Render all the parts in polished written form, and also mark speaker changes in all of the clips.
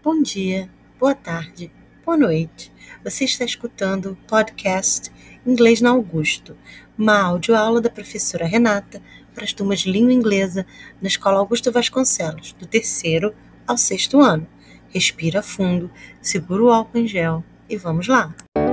Speaker 1: Bom dia, boa tarde, boa noite. Você está escutando o podcast Inglês na Augusto, uma audioaula da professora Renata para as turmas de língua inglesa na Escola Augusto Vasconcelos, do 3º ao 6º ano. Respira fundo, segura o álcool em gel e vamos lá!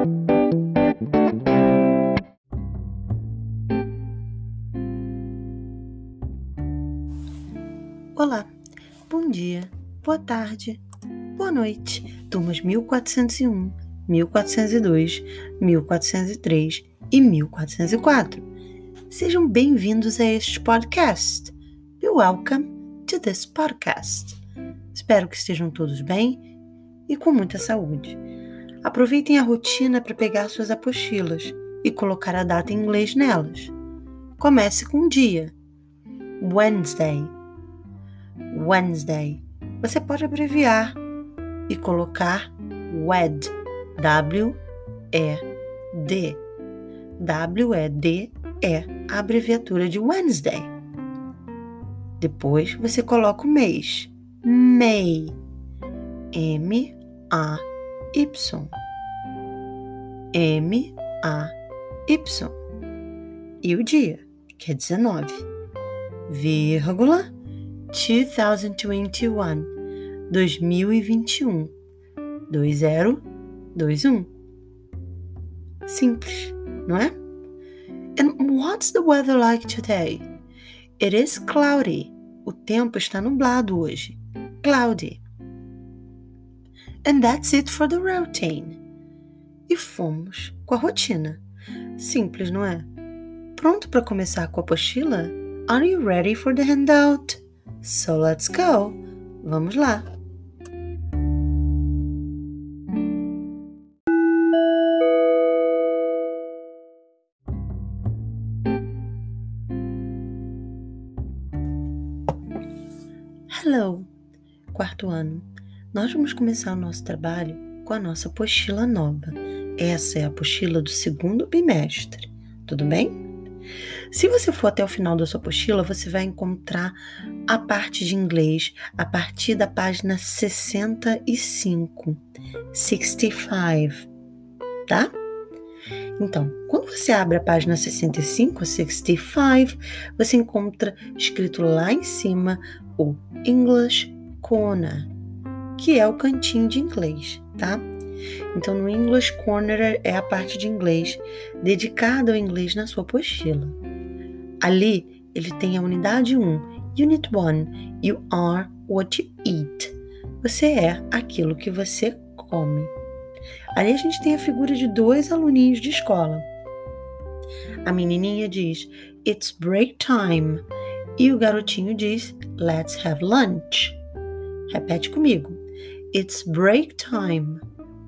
Speaker 1: Olá, bom dia, boa tarde, boa noite, turmas 1401, 1402, 1403 e 1404. Sejam bem-vindos a este podcast. You're welcome to this podcast. Espero que estejam todos bem e com muita saúde. Aproveitem a rotina para pegar suas apostilas e colocar a data em inglês nelas. Comece com o dia. Wednesday. Wednesday. Você pode abreviar e colocar WED. W-E-D. W-E-D é a abreviatura de Wednesday. Depois você coloca o mês. May. M-A-Y. M-A-Y. E o dia, que é 19. Vírgula. 2021. 2021. 2021. Simples, não é? And what's the weather like today? It is cloudy. O tempo está nublado hoje. Cloudy. And that's it for the routine. E fomos com a rotina. Simples, não é? Pronto para começar com a apostila? Are you ready for the handout? So let's go. Vamos lá. Hello, 4º ano. Nós vamos começar o nosso trabalho com a nossa apostila nova. Essa é a apostila do 2º bimestre. Tudo bem? Se você for até o final da sua apostila, você vai encontrar a parte de inglês a partir da página 65. 65, tá? Então, quando você abre a página 65, 65, você encontra escrito lá em cima o English Corner, que é o cantinho de inglês, tá? Então, no English Corner é a parte de inglês dedicada ao inglês na sua apostila. Ali, ele tem a unidade 1, Unit 1, You are what you eat. Você é aquilo que você come. Ali a gente tem a figura de 2 aluninhos de escola. A menininha diz, It's break time. E o garotinho diz, Let's have lunch. Repete comigo. It's break time.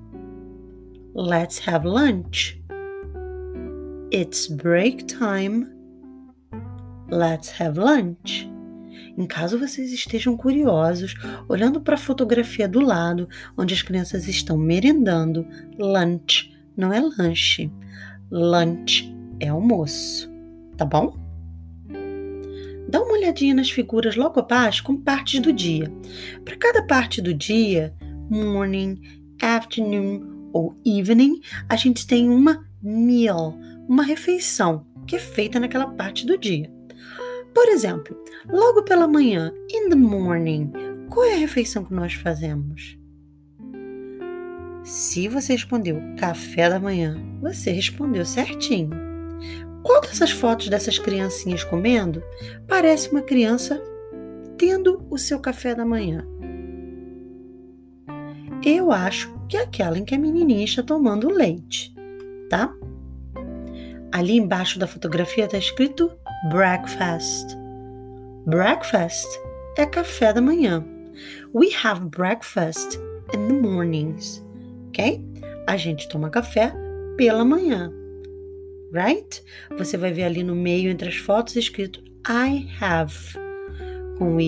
Speaker 1: Let's have lunch. It's break time. Let's have lunch. Em caso vocês estejam curiosos, olhando para a fotografia do lado, onde as crianças estão merendando, lunch não é lanche. Lunch é almoço. Tá bom? Dá uma olhadinha nas figuras logo abaixo com partes do dia. Para cada parte do dia, morning, afternoon ou evening, a gente tem uma meal, uma refeição que é feita naquela parte do dia. Por exemplo, logo pela manhã, in the morning, qual é a refeição que nós fazemos? Se você respondeu café da manhã, você respondeu certinho. Qual dessas fotos dessas criancinhas comendo parece uma criança tendo o seu café da manhã? Eu acho que é aquela em que a menininha está tomando leite, tá? Ali embaixo da fotografia está escrito breakfast. Breakfast é café da manhã. We have breakfast in the mornings, ok? A gente toma café pela manhã, right? Você vai ver ali no meio entre as fotos escrito I have, com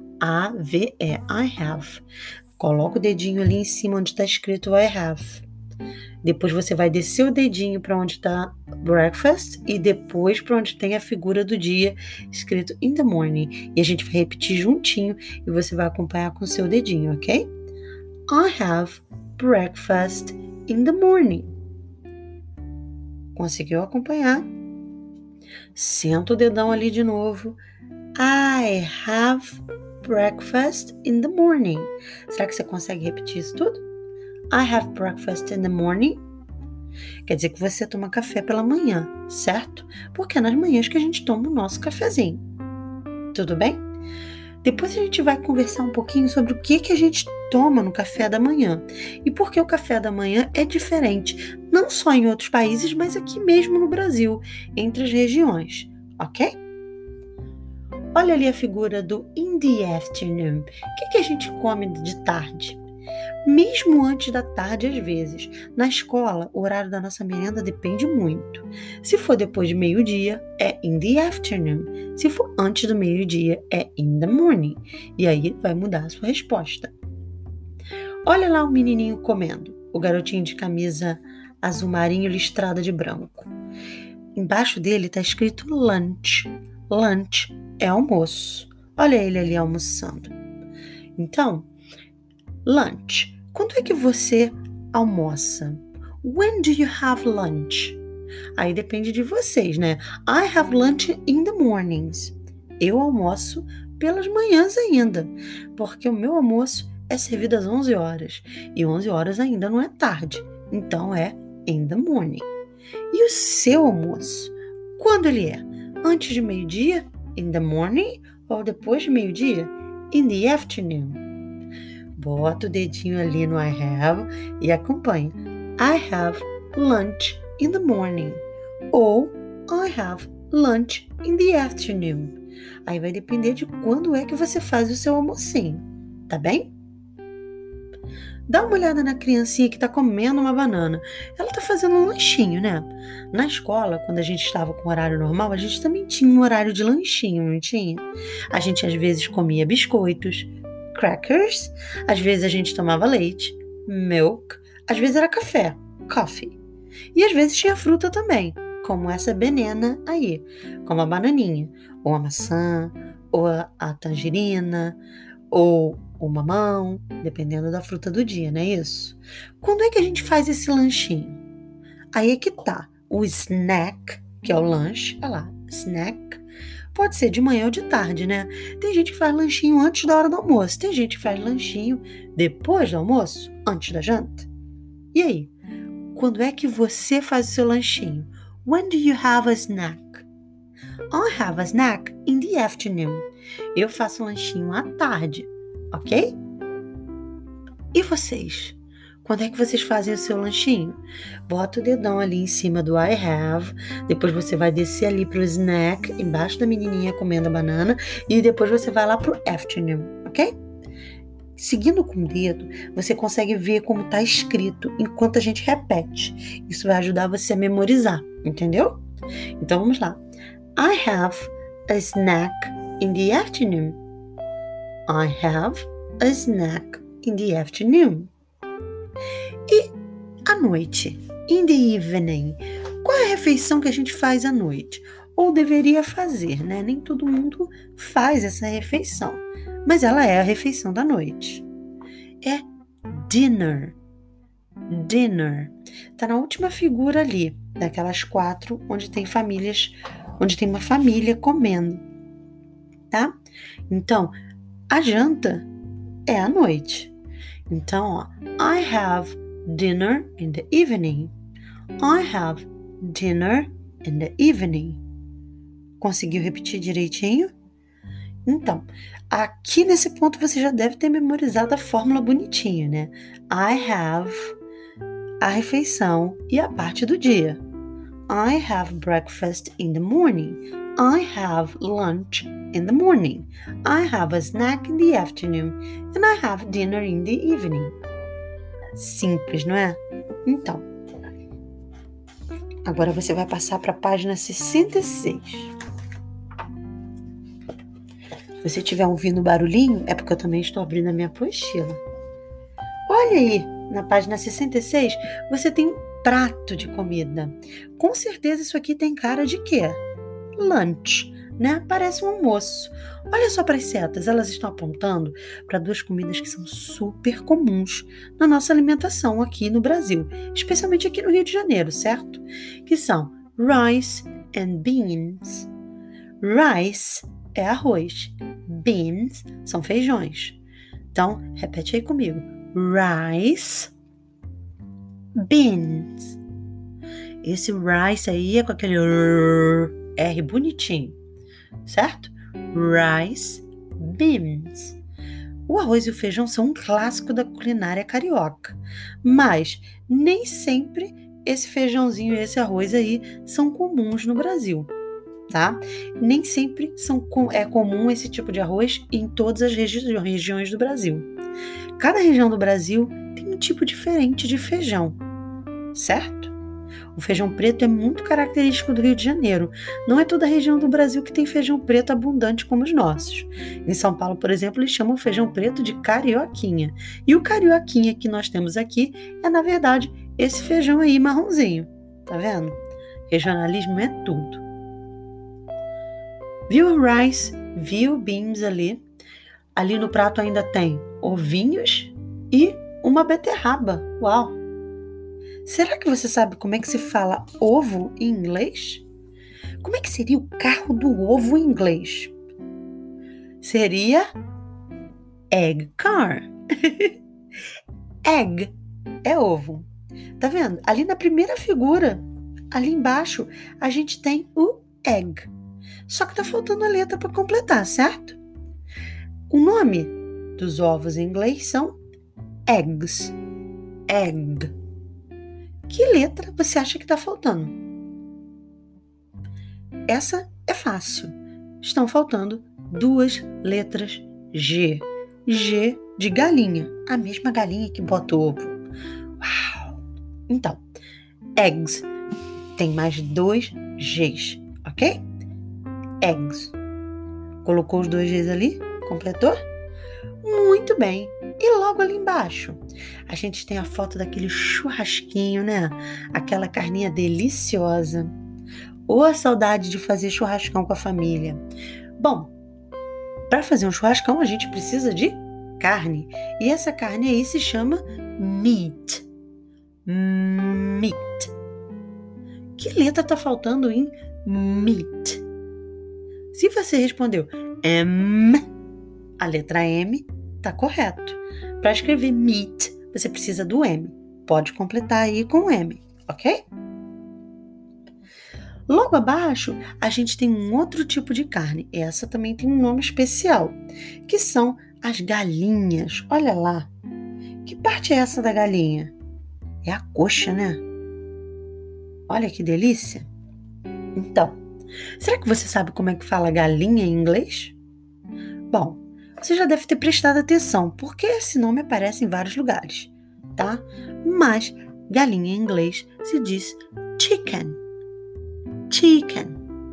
Speaker 1: I-H-A-V-E, I have. Coloca o dedinho ali em cima onde está escrito I have. Depois você vai descer o dedinho para onde está breakfast e depois para onde tem a figura do dia escrito in the morning. E a gente vai repetir juntinho e você vai acompanhar com o seu dedinho, ok? I have breakfast in the morning. Conseguiu acompanhar? Senta o dedão ali de novo. I have breakfast in the morning. Será que você consegue repetir isso tudo? I have breakfast in the morning. Quer dizer que você toma café pela manhã, certo? Porque é nas manhãs que a gente toma o nosso cafezinho. Tudo bem? Depois a gente vai conversar um pouquinho sobre o que a gente toma no café da manhã e por que o café da manhã é diferente, não só em outros países, mas aqui mesmo no Brasil, entre as regiões, ok? Olha ali a figura do in the afternoon. O que a gente come de tarde? Mesmo antes da tarde, às vezes. Na escola, o horário da nossa merenda depende muito. Se for depois de meio-dia, é in the afternoon. Se for antes do meio-dia, é in the morning. E aí vai mudar a sua resposta. Olha lá o menininho comendo, o garotinho de camisa azul marinho listrada de branco. Embaixo dele está escrito lunch. Lunch é almoço. Olha ele ali almoçando. Então, lunch. Quando é que você almoça? When do you have lunch? Aí depende de vocês, né? I have lunch in the mornings. Eu almoço pelas manhãs ainda, porque o meu almoço é servido às 11 horas. E 11 horas ainda não é tarde. Então é in the morning. E o seu almoço? Quando ele é? Antes de meio-dia? In the morning? Ou depois de meio-dia? In the afternoon. Bota o dedinho ali no I have e acompanha. I have lunch in the morning. Ou I have lunch in the afternoon. Aí vai depender de quando é que você faz o seu almocinho. Tá bem? Dá uma olhada na criancinha que está comendo uma banana. Ela está fazendo um lanchinho, né? Na escola, quando a gente estava com horário normal, a gente também tinha um horário de lanchinho, não tinha? A gente às vezes comia biscoitos, crackers, às vezes a gente tomava leite, milk, às vezes era café, coffee. E às vezes tinha fruta também, como essa banana aí, como a bananinha, ou a maçã, ou a tangerina, ou o mamão, dependendo da fruta do dia, não é isso? Quando é que a gente faz esse lanchinho? Aí é que tá, o snack, que é o lanche, olha lá, snack, pode ser de manhã ou de tarde, né? Tem gente que faz lanchinho antes da hora do almoço, tem gente que faz lanchinho depois do almoço, antes da janta. E aí, quando é que você faz o seu lanchinho? When do you have a snack? I have a snack in the afternoon. Eu faço lanchinho à tarde, ok? E vocês? Quando é que vocês fazem o seu lanchinho? Bota o dedão ali em cima do I have, depois você vai descer ali pro snack, embaixo da menininha comendo a banana, e depois você vai lá pro afternoon, ok? Seguindo com o dedo, você consegue ver como está escrito enquanto a gente repete. Isso vai ajudar você a memorizar, entendeu? Então vamos lá. I have a snack in the afternoon. I have a snack in the afternoon. E à noite, in the evening, qual é a refeição que a gente faz à noite? Ou deveria fazer, né? Nem todo mundo faz essa refeição, mas ela é a refeição da noite. É dinner. Dinner. Tá na última figura ali, daquelas 4, onde tem famílias, onde tem uma família comendo, tá? Então, a janta é à noite. Então, ó, I have dinner in the evening. I have dinner in the evening. Conseguiu repetir direitinho? Então, aqui nesse ponto você já deve ter memorizado a fórmula bonitinha, né? I have a refeição e a parte do dia. I have breakfast in the morning. I have lunch in the morning. I have a snack in the afternoon. And I have dinner in the evening. Simples, não é? Então, agora você vai passar para a página 66. Se você estiver ouvindo barulhinho, é porque eu também estou abrindo a minha apostila. Olha aí, na página 66, você tem um prato de comida. Com certeza isso aqui tem cara de quê? Lunch, né? Parece um almoço. Olha só para as setas, elas estão apontando para duas comidas que são super comuns na nossa alimentação aqui no Brasil, especialmente aqui no Rio de Janeiro, certo? Que são rice and beans. Rice é arroz, beans são feijões. Então, repete aí comigo. Rice, beans. Esse rice aí é com aquele R bonitinho, certo? Rice, beans. O arroz e o feijão são um clássico da culinária carioca, mas nem sempre esse feijãozinho e esse arroz aí são comuns no Brasil, tá? Nem sempre é comum esse tipo de arroz em todas as regiões do Brasil. Cada região do Brasil tem um tipo diferente de feijão, certo? O feijão preto é muito característico do Rio de Janeiro. Não é toda a região do Brasil que tem feijão preto abundante como os nossos. Em São Paulo, por exemplo, eles chamam o feijão preto de carioquinha. E o carioquinha que nós temos aqui é, na verdade, esse feijão aí marronzinho. Tá vendo? Regionalismo é tudo. Viu o rice? Viu o beans ali? Ali no prato ainda tem ovinhos e uma beterraba. Uau! Será que você sabe como é que se fala ovo em inglês? Como é que seria o carro do ovo em inglês? Seria egg car. Egg é ovo. Tá vendo? Ali na primeira figura, ali embaixo, a gente tem o egg. Só que tá faltando a letra para completar, certo? O nome dos ovos em inglês são eggs. Egg. Que letra você acha que está faltando? Essa é fácil. Estão faltando duas letras G. G de galinha. A mesma galinha que bota o ovo. Uau! Então, eggs tem mais dois Gs, ok? Eggs. Colocou os dois Gs ali? Completou? Muito bem. E logo ali embaixo, a gente tem a foto daquele churrasquinho, né? Aquela carninha deliciosa. Ou a saudade de fazer churrascão com a família. Bom, para fazer um churrascão a gente precisa de carne. E essa carne aí se chama meat. Meat. Que letra tá faltando em meat? Se você respondeu M, a letra M tá correto. Para escrever meat, você precisa do M. Pode completar aí com M, ok? Logo abaixo, a gente tem um outro tipo de carne. Essa também tem um nome especial, que são as galinhas. Olha lá. Que parte é essa da galinha? É a coxa, né? Olha que delícia. Então, será que você sabe como é que fala galinha em inglês? Bom, você já deve ter prestado atenção, porque esse nome aparece em vários lugares, tá? Mas galinha em inglês se diz chicken. Chicken.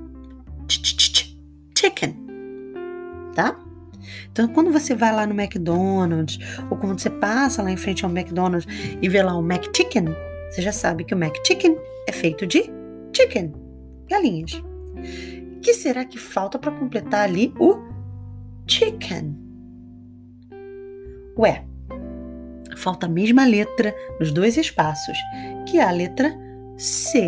Speaker 1: Chicken. Tá? Então, quando você vai lá no McDonald's, ou quando você passa lá em frente ao McDonald's e vê lá o McChicken, você já sabe que o McChicken é feito de chicken, galinhas. O que será que falta para completar ali o chicken? Ué, falta a mesma letra nos dois espaços, que é a letra C.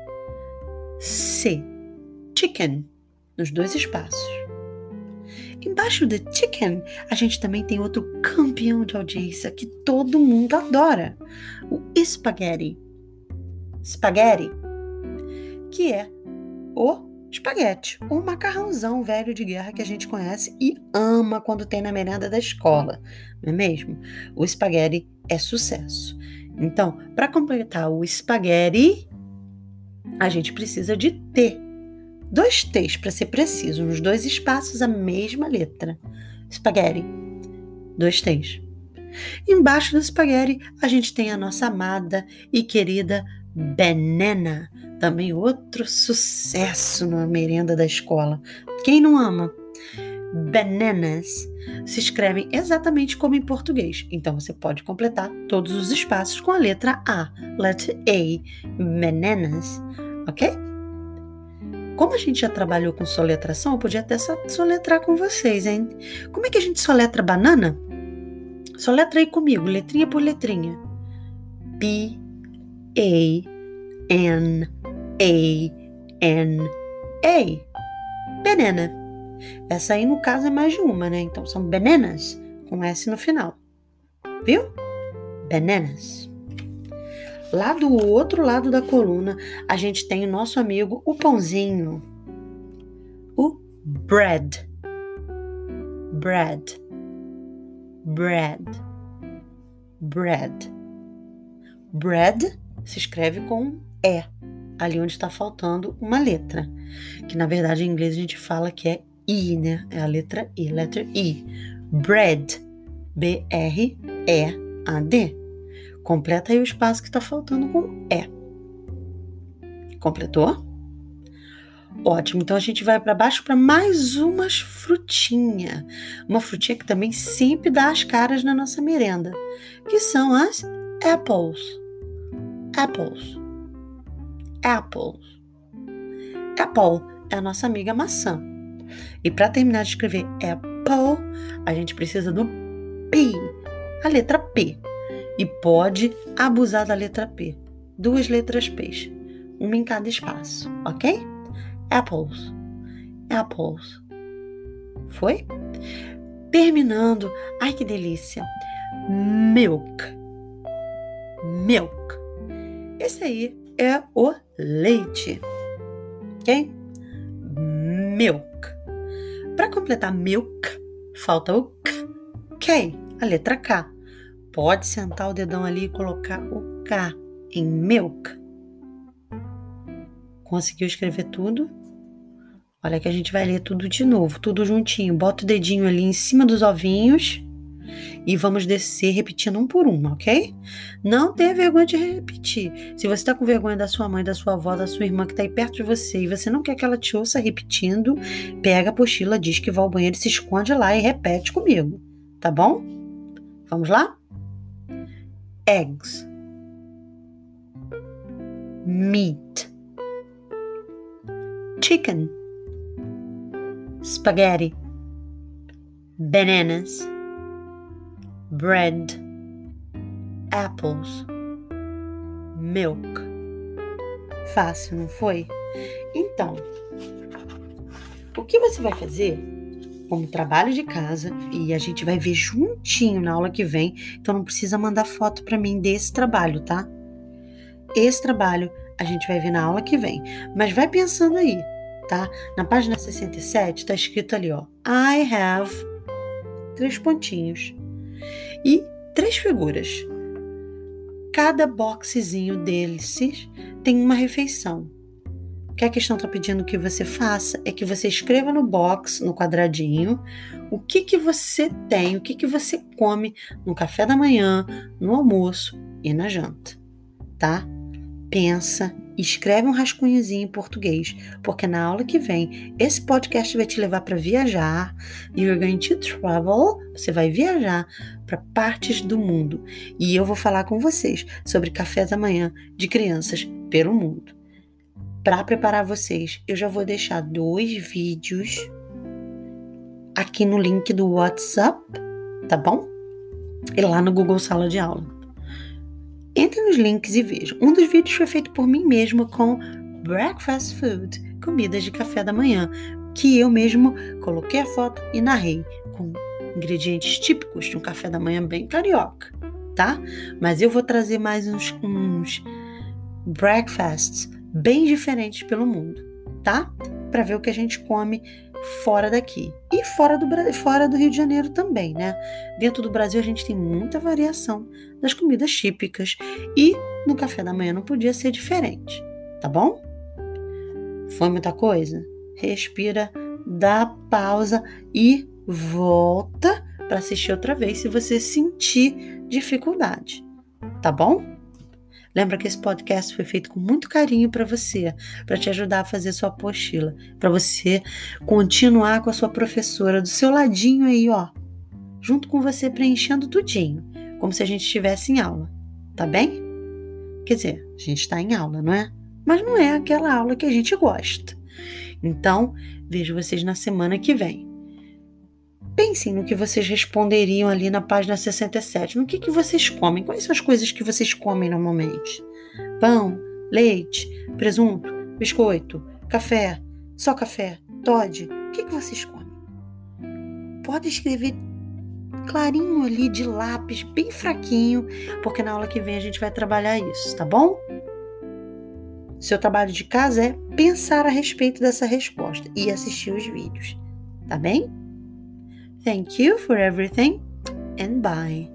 Speaker 1: C. Chicken, nos dois espaços. Embaixo de chicken, a gente também tem outro campeão de audiência que todo mundo adora, o spaghetti. Spaghetti, que é o espaguete, ou macarrãozão velho de guerra que a gente conhece e ama quando tem na merenda da escola, não é mesmo? O espaguete é sucesso. Então, para completar o espaguete, a gente precisa de T. 2 T's para ser preciso, nos dois espaços a mesma letra. Spaghetti. 2 T's. Embaixo do spaghetti, a gente tem a nossa amada e querida banana. Também outro sucesso na merenda da escola. Quem não ama? bananas se escrevem exatamente como em português. Então, você pode completar todos os espaços com a letra A. Letter A. Bananas. Ok? Como a gente já trabalhou com soletração, eu podia até soletrar com vocês, hein? Como é que a gente soletra banana? Soletra aí comigo, letrinha por letrinha. B-A-N-A-N-A. Banana. Essa aí, no caso, é mais de uma, né? Então, são bananas com S no final. Viu? Bananas. Lá do outro lado da coluna, a gente tem o nosso amigo, o pãozinho. O bread. Bread. Bread. Bread. Bread se escreve com E, ali onde está faltando uma letra. Que, na verdade, em inglês a gente fala que é I, né? É a letra I, letter I. Bread. B-R-E-A-D. Completa aí o espaço que está faltando com E. Completou? Ótimo. Então, a gente vai para baixo para mais umas frutinhas. Uma frutinha que também sempre dá as caras na nossa merenda. Que são as apples. Apples. Apples. Apple é a nossa amiga maçã. E para terminar de escrever apple, a gente precisa do P. A letra P. E pode abusar da letra P. 2 letras P's. Uma em cada espaço, ok? Apples. Apples. Foi? Terminando. Ai, que delícia. Milk. Milk. Esse aí é o leite. Ok? Milk. Para completar milk, falta o K. K, a letra K. Pode sentar o dedão ali e colocar o K em milk. Conseguiu escrever tudo? Olha que a gente vai ler tudo de novo, tudo juntinho. Bota o dedinho ali em cima dos ovinhos e vamos descer repetindo um por um, ok? Não tenha vergonha de repetir. Se você está com vergonha da sua mãe, da sua avó, da sua irmã que está aí perto de você e você não quer que ela te ouça repetindo, pega a apostila, diz que vai ao banheiro, se esconde lá e repete comigo, tá bom? Vamos lá? Eggs. Meat. Chicken. Spaghetti. Bananas. Bread. Apples. Milk. Fácil, não foi? Então, o que você vai fazer como trabalho de casa, e a gente vai ver juntinho na aula que vem, então não precisa mandar foto para mim desse trabalho, tá? Esse trabalho a gente vai ver na aula que vem, mas vai pensando aí, tá? Na página 67 tá escrito ali, ó, I have 3 pontinhos e 3 figuras. Cada boxezinho desses tem uma refeição. O que a questão está pedindo que você faça é que você escreva no box, no quadradinho, o que você tem, o que você come no café da manhã, no almoço e na janta, tá? Pensa, escreve um rascunhozinho em português, porque na aula que vem, esse podcast vai te levar para viajar. You're going to travel, você vai viajar para partes do mundo. E eu vou falar com vocês sobre café da manhã de crianças pelo mundo. Para preparar vocês, eu já vou deixar 2 vídeos aqui no link do WhatsApp, tá bom? E lá no Google Sala de Aula. Entre nos links e vejam. Um dos vídeos foi feito por mim mesma com breakfast food, comidas de café da manhã, que eu mesmo coloquei a foto e narrei, com ingredientes típicos de um café da manhã bem carioca, tá? Mas eu vou trazer mais uns breakfasts bem diferentes pelo mundo, tá? Para ver o que a gente come fora daqui. E fora do Rio de Janeiro também, né? Dentro do Brasil a gente tem muita variação das comidas típicas. E no café da manhã não podia ser diferente, tá bom? Foi muita coisa? Respira, dá pausa e volta para assistir outra vez se você sentir dificuldade, tá bom? Lembra que esse podcast foi feito com muito carinho para você, para te ajudar a fazer sua apostila, para você continuar com a sua professora do seu ladinho aí, ó, junto com você preenchendo tudinho, como se a gente estivesse em aula, tá bem? Quer dizer, a gente está em aula, não é? Mas não é aquela aula que a gente gosta. Então, vejo vocês na semana que vem. Pensem no que vocês responderiam ali na página 67. No que vocês comem? Quais são as coisas que vocês comem normalmente? Pão, leite, presunto, biscoito, café, só café, Toddy. O que vocês comem? Pode escrever clarinho ali de lápis, bem fraquinho, porque na aula que vem a gente vai trabalhar isso, tá bom? Seu trabalho de casa é pensar a respeito dessa resposta e assistir os vídeos, tá bem? Thank you for everything and bye.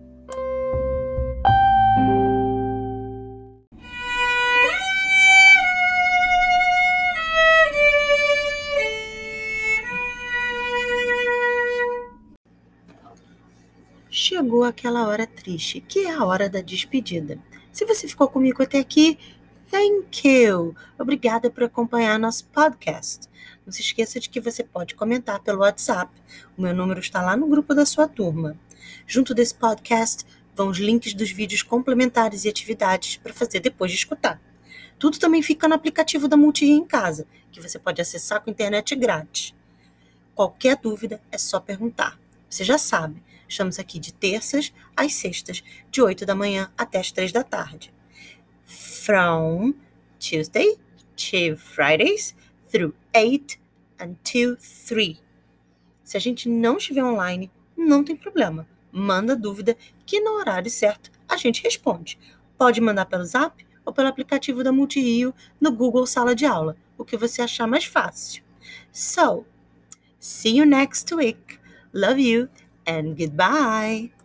Speaker 1: Chegou aquela hora triste, que é a hora da despedida. Se você ficou comigo até aqui, thank you! Obrigada por acompanhar nosso podcast. Não se esqueça de que você pode comentar pelo WhatsApp. O meu número está lá no grupo da sua turma. Junto desse podcast vão os links dos vídeos complementares e atividades para fazer depois de escutar. Tudo também fica no aplicativo da Multirio em casa, que você pode acessar com internet grátis. Qualquer dúvida é só perguntar. Você já sabe, estamos aqui de terças às sextas, de 8 da manhã até as 3 da tarde. From Tuesday to Fridays through 8 until 3. Se a gente não estiver online, não tem problema. Manda dúvida que no horário certo a gente responde. Pode mandar pelo Zap ou pelo aplicativo da Multirio no Google Sala de Aula, o que você achar mais fácil. So, see you next week. Love you and goodbye.